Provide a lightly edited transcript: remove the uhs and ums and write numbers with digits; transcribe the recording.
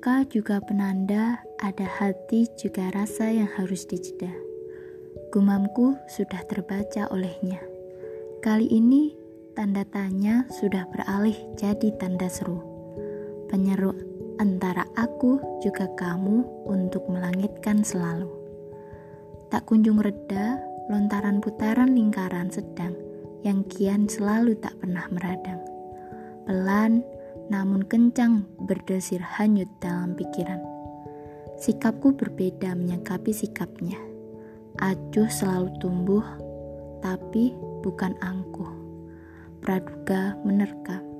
Luka juga penanda ada hati juga rasa yang harus dijeda. Gumamku sudah terbaca olehnya. Kali ini tanda tanya sudah beralih jadi tanda seru. Penyeru antara aku juga kamu untuk melangitkan selalu. Tak kunjung reda lontaran putaran lingkaran sedang yang kian selalu tak pernah meradang. Pelan namun kencang berdesir hanyut dalam pikiran. Sikapku berbeda menyikapi sikapnya. Acuh selalu tumbuh, tapi bukan angkuh. Praduga menerka.